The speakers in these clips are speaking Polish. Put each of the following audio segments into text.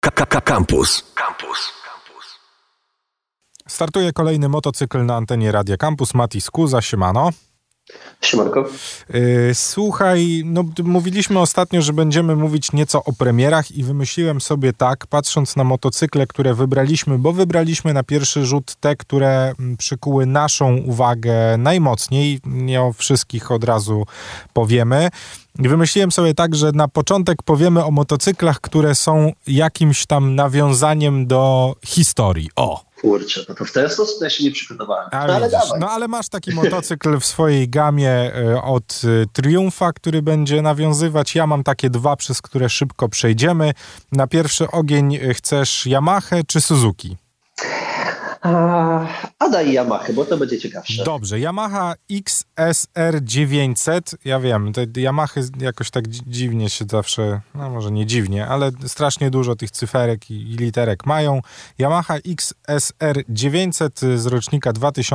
Campus. Startuje kolejny motocykl na antenie Radia Campus. Mati Skuza, siemano. Siemanko. Słuchaj, mówiliśmy ostatnio, że będziemy mówić nieco o premierach i wymyśliłem sobie tak, patrząc na motocykle, które wybraliśmy, bo wybraliśmy na pierwszy rzut te, które przykuły naszą uwagę najmocniej. Nie o wszystkich od razu powiemy. I wymyśliłem sobie tak, że na początek powiemy o motocyklach, które są jakimś tam nawiązaniem do historii. Kurczę, to w ten sposób ja się nie przygotowałem. Ale dawaj. Ale masz taki motocykl w swojej gamie od Triumfa, który będzie nawiązywać. Ja mam takie dwa, przez które szybko przejdziemy. Na pierwszy ogień chcesz Yamahę czy Suzuki? A daj Yamaha, bo to będzie ciekawsze. Dobrze, Yamaha XSR 900. Ja wiem, te Yamahy jakoś tak dziwnie się zawsze, no może nie dziwnie, ale strasznie dużo tych cyferek i literek mają. Yamaha XSR 900 z rocznika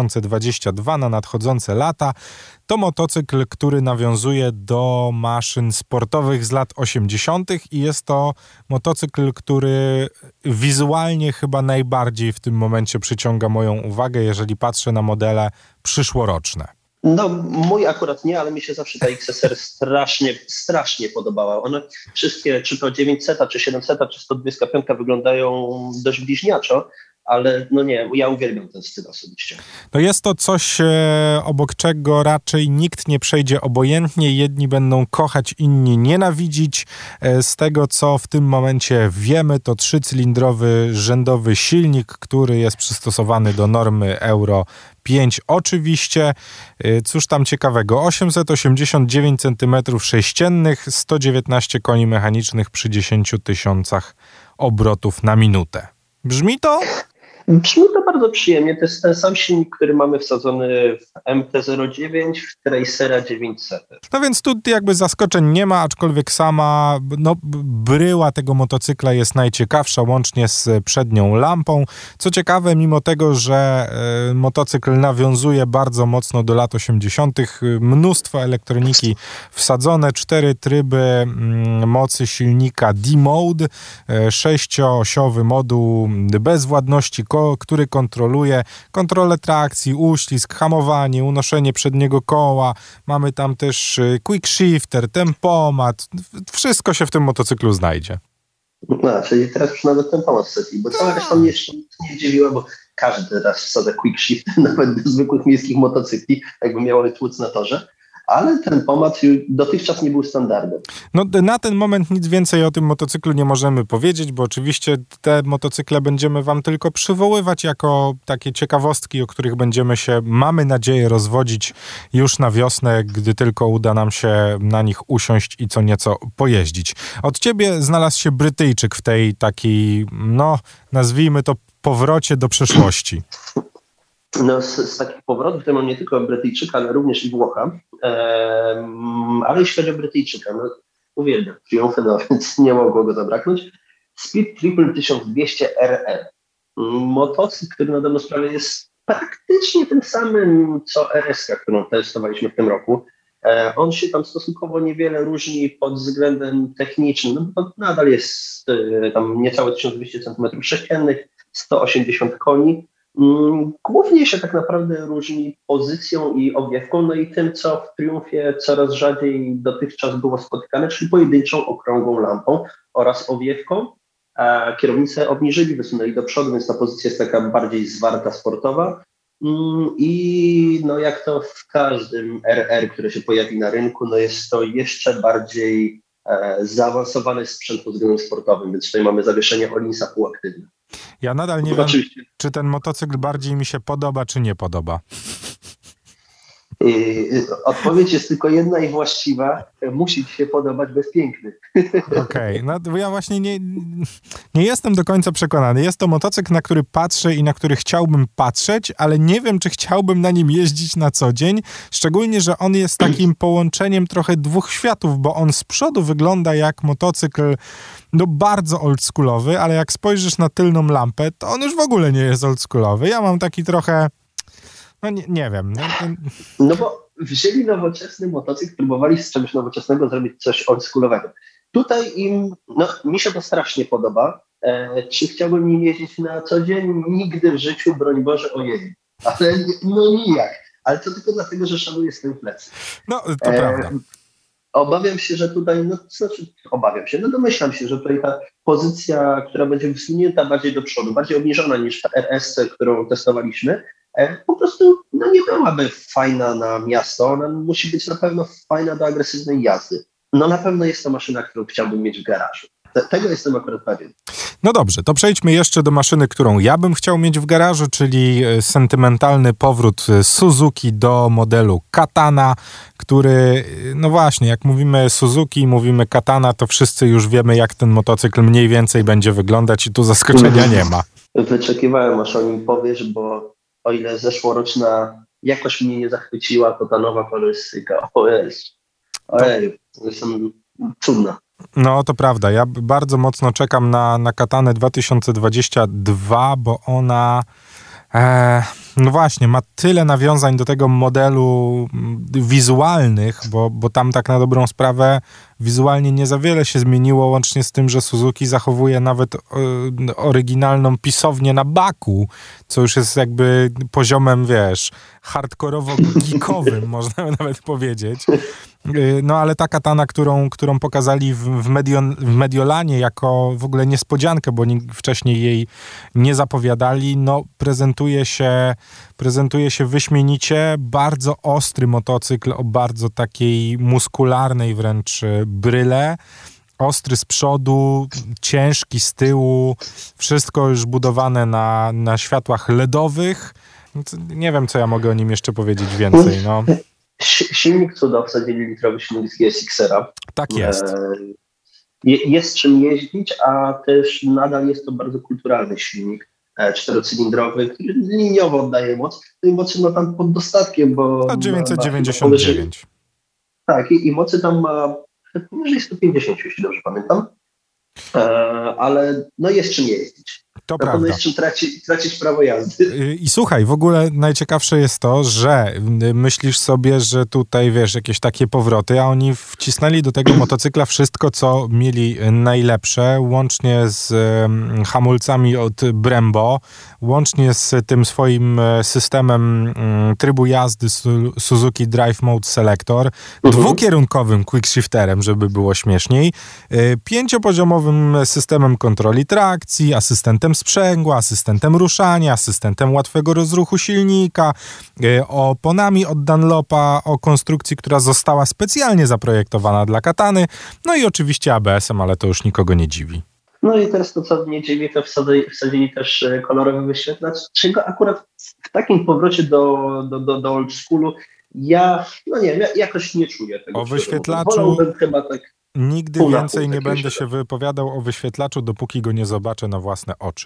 2022 na nadchodzące lata. To motocykl, który nawiązuje do maszyn sportowych z lat 80. i jest to motocykl, który wizualnie chyba najbardziej w tym momencie przyciąga moją uwagę, jeżeli patrzę na modele przyszłoroczne. No, mój akurat nie, ale mi się zawsze ta XSR strasznie podobała. One wszystkie, czy to 900, czy 700, czy 125 wyglądają dość bliźniaczo, ale no nie, ja uwielbiam ten styl osobiście. No jest to coś, obok czego raczej nikt nie przejdzie obojętnie. Jedni będą kochać, inni nienawidzić. Z tego, co w tym momencie wiemy, to 3-cylindrowy rzędowy silnik, który jest przystosowany do normy Euro 5 oczywiście. Cóż tam ciekawego? 889 cm3, 119 koni mechanicznych przy 10 tysiącach obrotów na minutę. Brzmi to? Brzmi to bardzo przyjemnie. To jest ten sam silnik, który mamy wsadzony w MT-09, w Tracera 900. No więc tu jakby zaskoczeń nie ma, aczkolwiek sama bryła tego motocykla jest najciekawsza, łącznie z przednią lampą. Co ciekawe, mimo tego, że motocykl nawiązuje bardzo mocno do lat 80., mnóstwo elektroniki wsadzone, 4 tryby mocy silnika D-Mode, 6-osiowy moduł bezwładności, który kontroluje kontrolę trakcji, uścisk, hamowanie, unoszenie przedniego koła. Mamy tam też quick shifter, tempomat. Wszystko się w tym motocyklu znajdzie. No, czyli teraz już nawet tempomat wsadzi, bo cała reszta mnie jeszcze nie dziwiła, bo każdy raz wsadza quick shifter, nawet do zwykłych miejskich motocykli, jakby miały tłuc na torze. Ale ten pomad dotychczas nie był standardem. No na ten moment nic więcej o tym motocyklu nie możemy powiedzieć, bo oczywiście te motocykle będziemy wam tylko przywoływać jako takie ciekawostki, o których będziemy się, mamy nadzieję, rozwodzić już na wiosnę, gdy tylko uda nam się na nich usiąść i co nieco pojeździć. Od ciebie znalazł się Brytyjczyk w tej takiej, nazwijmy to, powrocie do przeszłości. No, z takich powrotów to mam nie tylko Brytyjczyka, ale również i Włocha. Ale jeśli chodzi o Brytyjczyka, uwielbiam Triumfy, więc nie mogło go zabraknąć. Speed Triple 1200 RR. Motocykl, który na dobrą sprawę jest praktycznie tym samym, co RS-ka, którą testowaliśmy w tym roku. On się tam stosunkowo niewiele różni pod względem technicznym, bo to nadal jest tam niecałe 1200 cm3, 180 koni. Głównie się tak naprawdę różni pozycją i owiewką, no i tym, co w Triumfie coraz rzadziej dotychczas było spotykane, czyli pojedynczą okrągłą lampą oraz owiewką. Kierownicę obniżyli, wysunęli do przodu, więc ta pozycja jest taka bardziej zwarta, sportowa. I jak to w każdym RR, które się pojawi na rynku, jest to jeszcze bardziej zaawansowany sprzęt pod względem sportowym, więc tutaj mamy zawieszenie Ollinsa półaktywne. Ja nadal nie wiem, czy ten motocykl bardziej mi się podoba, czy nie podoba. Odpowiedź jest tylko jedna i właściwa. Musi ci się podobać, bo jest piękny. Okej, ja właśnie nie jestem do końca przekonany. Jest to motocykl, na który patrzę i na który chciałbym patrzeć, ale nie wiem, czy chciałbym na nim jeździć na co dzień. Szczególnie, że on jest takim połączeniem trochę dwóch światów, bo on z przodu wygląda jak motocykl bardzo oldschoolowy, ale jak spojrzysz na tylną lampę, to on już w ogóle nie jest oldschoolowy. Ja mam taki trochę... nie wiem. No bo wzięli nowoczesny motocykl, próbowali z czegoś nowoczesnego zrobić coś oldschoolowego. Tutaj mi się to strasznie podoba. Czy chciałbym nim jeździć na co dzień? Nigdy w życiu, broń Boże, ojej. Ale no nijak. Ale to tylko dlatego, że szanuję swoje plecy. No, to prawda. Obawiam się, że tutaj, domyślam się, że tutaj ta pozycja, która będzie wsunięta bardziej do przodu, bardziej obniżona niż ta RS, którą testowaliśmy, po prostu nie byłaby fajna na miasto. Ona musi być na pewno fajna do agresywnej jazdy. Na pewno jest to maszyna, którą chciałbym mieć w garażu. Tego jestem akurat pewien. No dobrze, to przejdźmy jeszcze do maszyny, którą ja bym chciał mieć w garażu, czyli sentymentalny powrót Suzuki do modelu Katana, który, no właśnie, jak mówimy Suzuki, mówimy Katana, to wszyscy już wiemy, jak ten motocykl mniej więcej będzie wyglądać i tu zaskoczenia nie ma. Wyczekiwałem, aż o nim powiesz, bo o ile zeszłoroczna jakoś mnie nie zachwyciła, to ta nowa kolorystyka, ojej, jestem cudna. No, to prawda. Ja bardzo mocno czekam na Katanę 2022, bo ona no właśnie, ma tyle nawiązań do tego modelu wizualnych, bo tam tak na dobrą sprawę wizualnie nie za wiele się zmieniło, łącznie z tym, że Suzuki zachowuje nawet oryginalną pisownię na baku, co już jest jakby poziomem, wiesz, hardkorowo-geekowym, można nawet powiedzieć. No ale ta Katana, którą pokazali w Mediolanie jako w ogóle niespodziankę, bo nikt wcześniej jej nie zapowiadali, no prezentuje się wyśmienicie. Bardzo ostry motocykl o bardzo takiej muskularnej wręcz bryle. Ostry z przodu, ciężki z tyłu, wszystko już budowane na światłach LEDowych. Nie wiem, co ja mogę o nim jeszcze powiedzieć więcej, no. Silnik cuda, wsadzili litrowy silnik z GSX-era. Tak jest. Jest czym jeździć, a też nadal jest to bardzo kulturalny silnik, czterocylindrowy, który liniowo oddaje moc. No i mocy ma tam pod dostatkiem, bo... A 999. Tak, i mocy tam ma powyżej 150, jeśli dobrze pamiętam. Ale no jest czym jeździć. To prawda. Jest czym tracić prawo jazdy. I słuchaj, w ogóle najciekawsze jest to, że myślisz sobie, że tutaj, wiesz, jakieś takie powroty, a oni wcisnęli do tego motocykla wszystko, co mieli najlepsze, łącznie z hamulcami od Brembo, łącznie z tym swoim systemem trybu jazdy Suzuki Drive Mode Selector, dwukierunkowym quickshifterem, żeby było śmieszniej, 5-poziomowym systemem kontroli trakcji, asystentem sprzęgła, asystentem ruszania, asystentem łatwego rozruchu silnika, oponami od Dunlopa, o konstrukcji, która została specjalnie zaprojektowana dla Katany, no i oczywiście ABS-em, ale to już nikogo nie dziwi. No i teraz to, co mnie dziwi, to wsadzili też kolorowy wyświetlacz, czego akurat w takim powrocie do old schoolu ja jakoś nie czuję tego. O wyświetlaczu... Wolałbym chyba tak... Nigdy więcej nie będę się wypowiadał o wyświetlaczu, dopóki go nie zobaczę na własne oczy.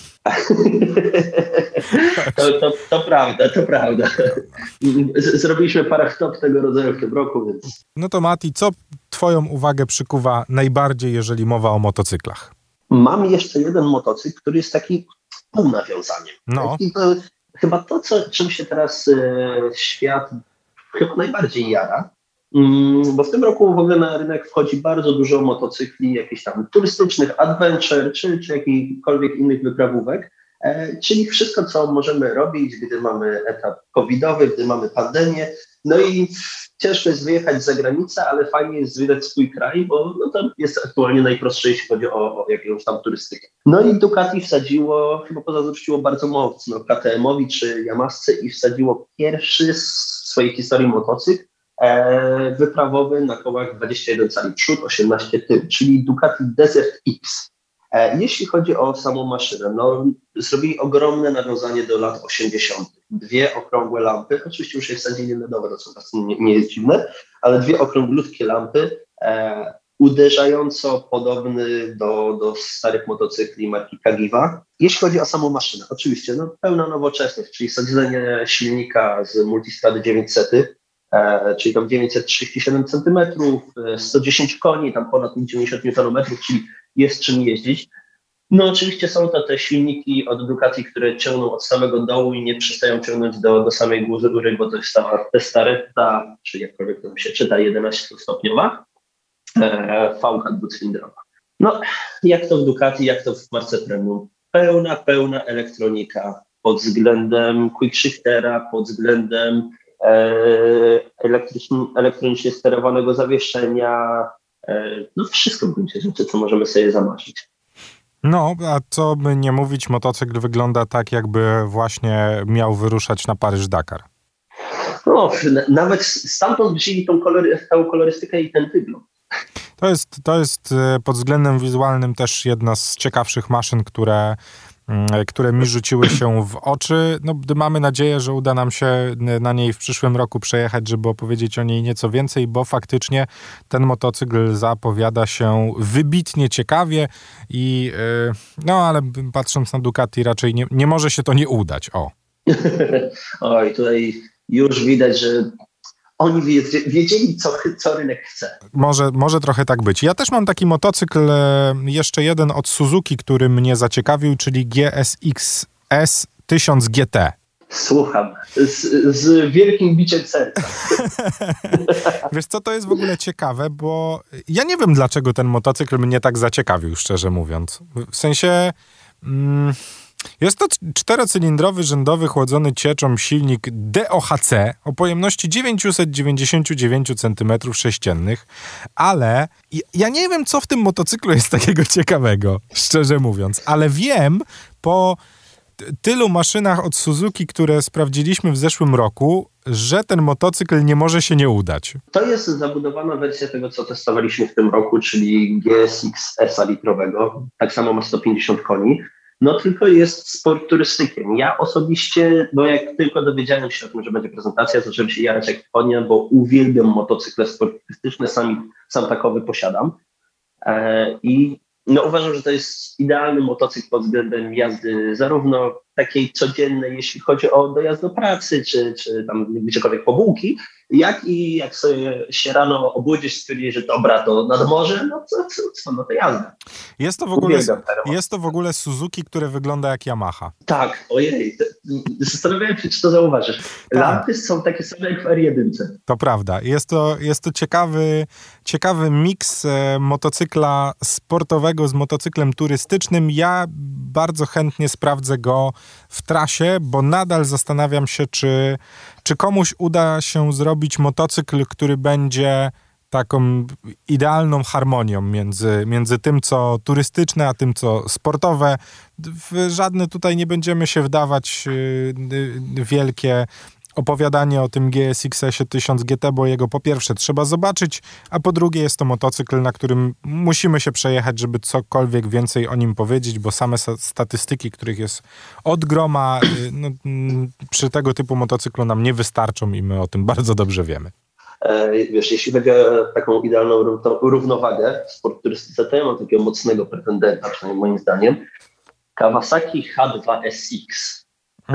To prawda. Zrobiliśmy parę stop tego rodzaju w tym roku, więc... No to Mati, co twoją uwagę przykuwa najbardziej, jeżeli mowa o motocyklach? Mam jeszcze jeden motocykl, który jest taki półnawiązaniem. No. I to chyba to, czym się teraz świat chyba najbardziej jara, bo w tym roku w ogóle na rynek wchodzi bardzo dużo motocykli, jakichś tam turystycznych, adventure, czy jakichkolwiek innych wyprawówek, czyli wszystko, co możemy robić, gdy mamy etap covidowy, gdy mamy pandemię. No i ciężko jest wyjechać za granicę, ale fajnie jest zwiedzać swój kraj, bo to jest aktualnie najprostsze, jeśli chodzi o jakąś tam turystykę. No i Ducati wsadziło, chyba pozazdrościło bardzo mocno KTM-owi czy Yamahce i wsadziło pierwszy z swojej historii motocykl wyprawowy na kołach 21 cali przód, 18 tył, czyli Ducati Desert X. Jeśli chodzi o samą maszynę, no zrobili ogromne nawiązanie do lat 80. Dwie okrągłe lampy, oczywiście już je wsadzili LEDowe, to nie jest dziwne, ale dwie okrąglutkie lampy, uderzająco podobny do starych motocykli marki Cagiva. Jeśli chodzi o samą maszynę, oczywiście pełna nowoczesność, czyli sadzenie silnika z Multistrady 900, czyli tam 937 cm, 110 koni, tam ponad 90 Nm, czyli jest czym jeździć. No oczywiście są to te silniki od Ducati, które ciągną od samego dołu i nie przestają ciągnąć do samej góry, bo to jest ta Testaretta, czy jakkolwiek to się czyta, 11-stopniowa VK dwucylindrowa. No, jak to w Ducati, jak to w marce premium. Pełna elektronika pod względem quickshiftera, pod względem elektronicznie sterowanego zawieszenia. No wszystko w gruncie rzeczy, co możemy sobie zamarzyć. No, a co by nie mówić, motocykl wygląda tak, jakby właśnie miał wyruszać na Paryż-Dakar. No, nawet stamtąd wzięli tą kolorystykę i ten wygląd. To jest pod względem wizualnym też jedna z ciekawszych maszyn, które mi rzuciły się w oczy. No, mamy nadzieję, że uda nam się na niej w przyszłym roku przejechać, żeby opowiedzieć o niej nieco więcej, bo faktycznie ten motocykl zapowiada się wybitnie ciekawie i ale patrząc na Ducati raczej nie może się to nie udać. Oj, tutaj już widać, że oni wiedzieli, co rynek chce. Może trochę tak być. Ja też mam taki motocykl, jeszcze jeden od Suzuki, który mnie zaciekawił, czyli GSX-S 1000 GT. Słucham, z wielkim biciem serca. Wiesz co, to jest w ogóle ciekawe, bo ja nie wiem, dlaczego ten motocykl mnie tak zaciekawił, szczerze mówiąc. W sensie... Jest to 4-cylindrowy rzędowy chłodzony cieczą silnik DOHC o pojemności 999 cm3, ale ja nie wiem, co w tym motocyklu jest takiego ciekawego, szczerze mówiąc, ale wiem po tylu maszynach od Suzuki, które sprawdziliśmy w zeszłym roku, że ten motocykl nie może się nie udać. To jest zabudowana wersja tego, co testowaliśmy w tym roku, czyli GSX-S litrowego. Tak samo ma 150 koni. No tylko jest sport turystykiem. Ja osobiście, jak tylko dowiedziałem się o tym, że będzie prezentacja, zacząłem się jarać jak konia, bo uwielbiam motocykle sportystyczne, sam takowy posiadam. I uważam, że to jest idealny motocykl pod względem jazdy zarówno takiej codziennej, jeśli chodzi o dojazd do pracy, czy tam gdziekolwiek po bułki, jak i jak sobie się rano obudzisz, stwierdzisz, że dobra, to nad morze, no to jazda. Jest to w ogóle Suzuki, które wygląda jak Yamaha. Tak, ojej, zastanawiałem się, czy to zauważysz. Tak. Lampy są takie same jak w R1. To prawda. Jest to ciekawy miks motocykla sportowego z motocyklem turystycznym. Ja bardzo chętnie sprawdzę go w trasie, bo nadal zastanawiam się, czy komuś uda się zrobić motocykl, który będzie taką idealną harmonią między tym, co turystyczne, a tym, co sportowe. W żadne tutaj nie będziemy się wdawać wielkie opowiadanie o tym GSX-ie 1000 GT, bo jego po pierwsze trzeba zobaczyć, a po drugie jest to motocykl, na którym musimy się przejechać, żeby cokolwiek więcej o nim powiedzieć, bo same statystyki, których jest od groma, przy tego typu motocyklu nam nie wystarczą i my o tym bardzo dobrze wiemy. Wiesz, jeśli chodzi o taką idealną równowagę w sport turystyce, to ja mam takiego mocnego pretendenta, przynajmniej moim zdaniem. Kawasaki H2SX.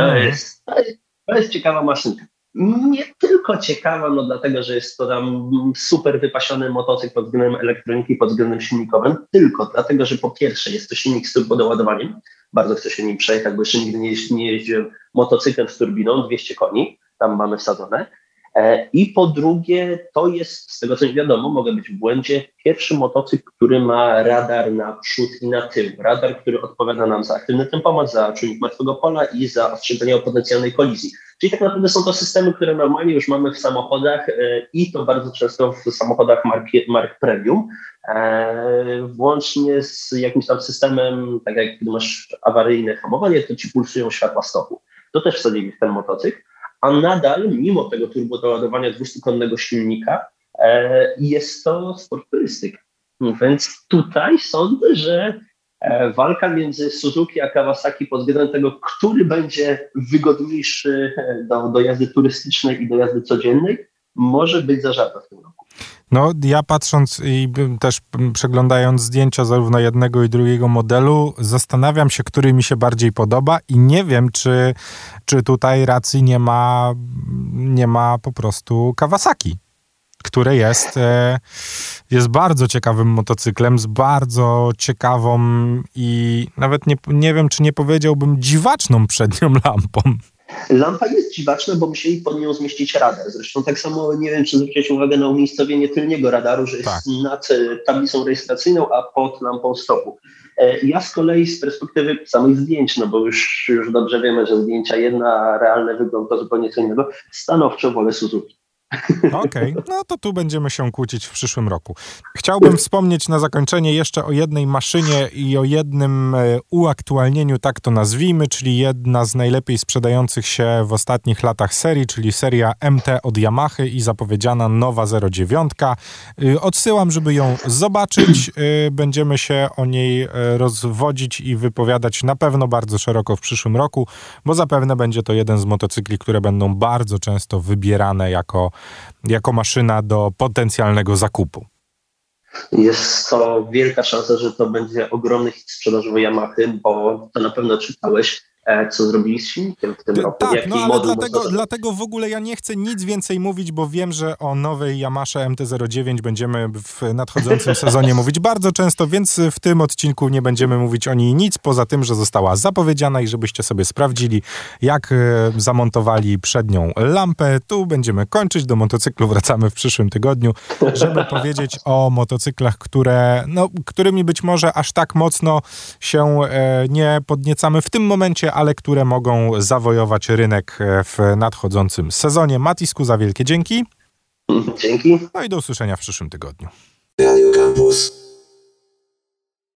To jest ciekawa maszynka. Nie tylko ciekawa, dlatego, że jest to tam super wypasiony motocykl pod względem elektroniki, pod względem silnikowym, tylko dlatego, że po pierwsze jest to silnik z turbodoładowaniem. Bardzo chcę się nim przejechać, bo jeszcze nigdy nie jeździłem motocyklem z turbiną, 200 koni, tam mamy wsadzone. I po drugie, to jest, z tego co mi wiadomo, mogę być w błędzie, pierwszy motocykl, który ma radar na przód i na tył. Radar, który odpowiada nam za aktywny tempomat, za czujnik martwego pola i za ostrzeganie o potencjalnej kolizji. Czyli tak naprawdę są to systemy, które normalnie już mamy w samochodach i to bardzo często w samochodach mark premium, włącznie z jakimś tam systemem, tak jak gdy masz awaryjne hamowanie, to ci pulsują światła stopu. To też wsadzili w ten motocykl. A nadal, mimo tego turbodoładowania 200-konnego silnika, jest to sport turystyka. Więc tutaj sądzę, że walka między Suzuki a Kawasaki pod względem tego, który będzie wygodniejszy do jazdy turystycznej i do jazdy codziennej, może być zażarta w tym roku. No, ja patrząc i też przeglądając zdjęcia zarówno jednego i drugiego modelu, zastanawiam się, który mi się bardziej podoba i nie wiem, czy tutaj racji nie ma po prostu Kawasaki, które jest bardzo ciekawym motocyklem, z bardzo ciekawą i nawet nie wiem, czy nie powiedziałbym dziwaczną przednią lampą. Lampa jest dziwaczna, bo musieli pod nią zmieścić radar. Zresztą tak samo, nie wiem, czy zwróciłeś uwagę na umiejscowienie tylniego radaru, że jest nad tablicą rejestracyjną, a pod lampą stopu. Ja z kolei z perspektywy samych zdjęć, no bo już dobrze wiemy, że zdjęcia jedna, a realny wygląd to zupełnie co innego, stanowczo wolę Suzuki. Okej, no to tu będziemy się kłócić w przyszłym roku. Chciałbym wspomnieć na zakończenie jeszcze o jednej maszynie i o jednym uaktualnieniu, tak to nazwijmy, czyli jedna z najlepiej sprzedających się w ostatnich latach serii, czyli seria MT od Yamahy i zapowiedziana nowa 09. Odsyłam, żeby ją zobaczyć. Będziemy się o niej rozwodzić i wypowiadać na pewno bardzo szeroko w przyszłym roku, bo zapewne będzie to jeden z motocykli, które będą bardzo często wybierane jako maszyna do potencjalnego zakupu. Jest to wielka szansa, że to będzie ogromny hit sprzedażowy Yamahy, bo to na pewno czytałeś, co zrobili z silnikiem w tym roku. Tak, no ale dlatego w ogóle ja nie chcę nic więcej mówić, bo wiem, że o nowej Yamasze MT-09 będziemy w nadchodzącym sezonie mówić bardzo często, więc w tym odcinku nie będziemy mówić o niej nic, poza tym, że została zapowiedziana i żebyście sobie sprawdzili, jak zamontowali przednią lampę. Tu będziemy kończyć, do motocyklu wracamy w przyszłym tygodniu, żeby powiedzieć o motocyklach, którymi być może aż tak mocno się nie podniecamy w tym momencie, ale które mogą zawojować rynek w nadchodzącym sezonie. Mati Skuza, wielkie dzięki. Dzięki. No i do usłyszenia w przyszłym tygodniu. Radio Campus.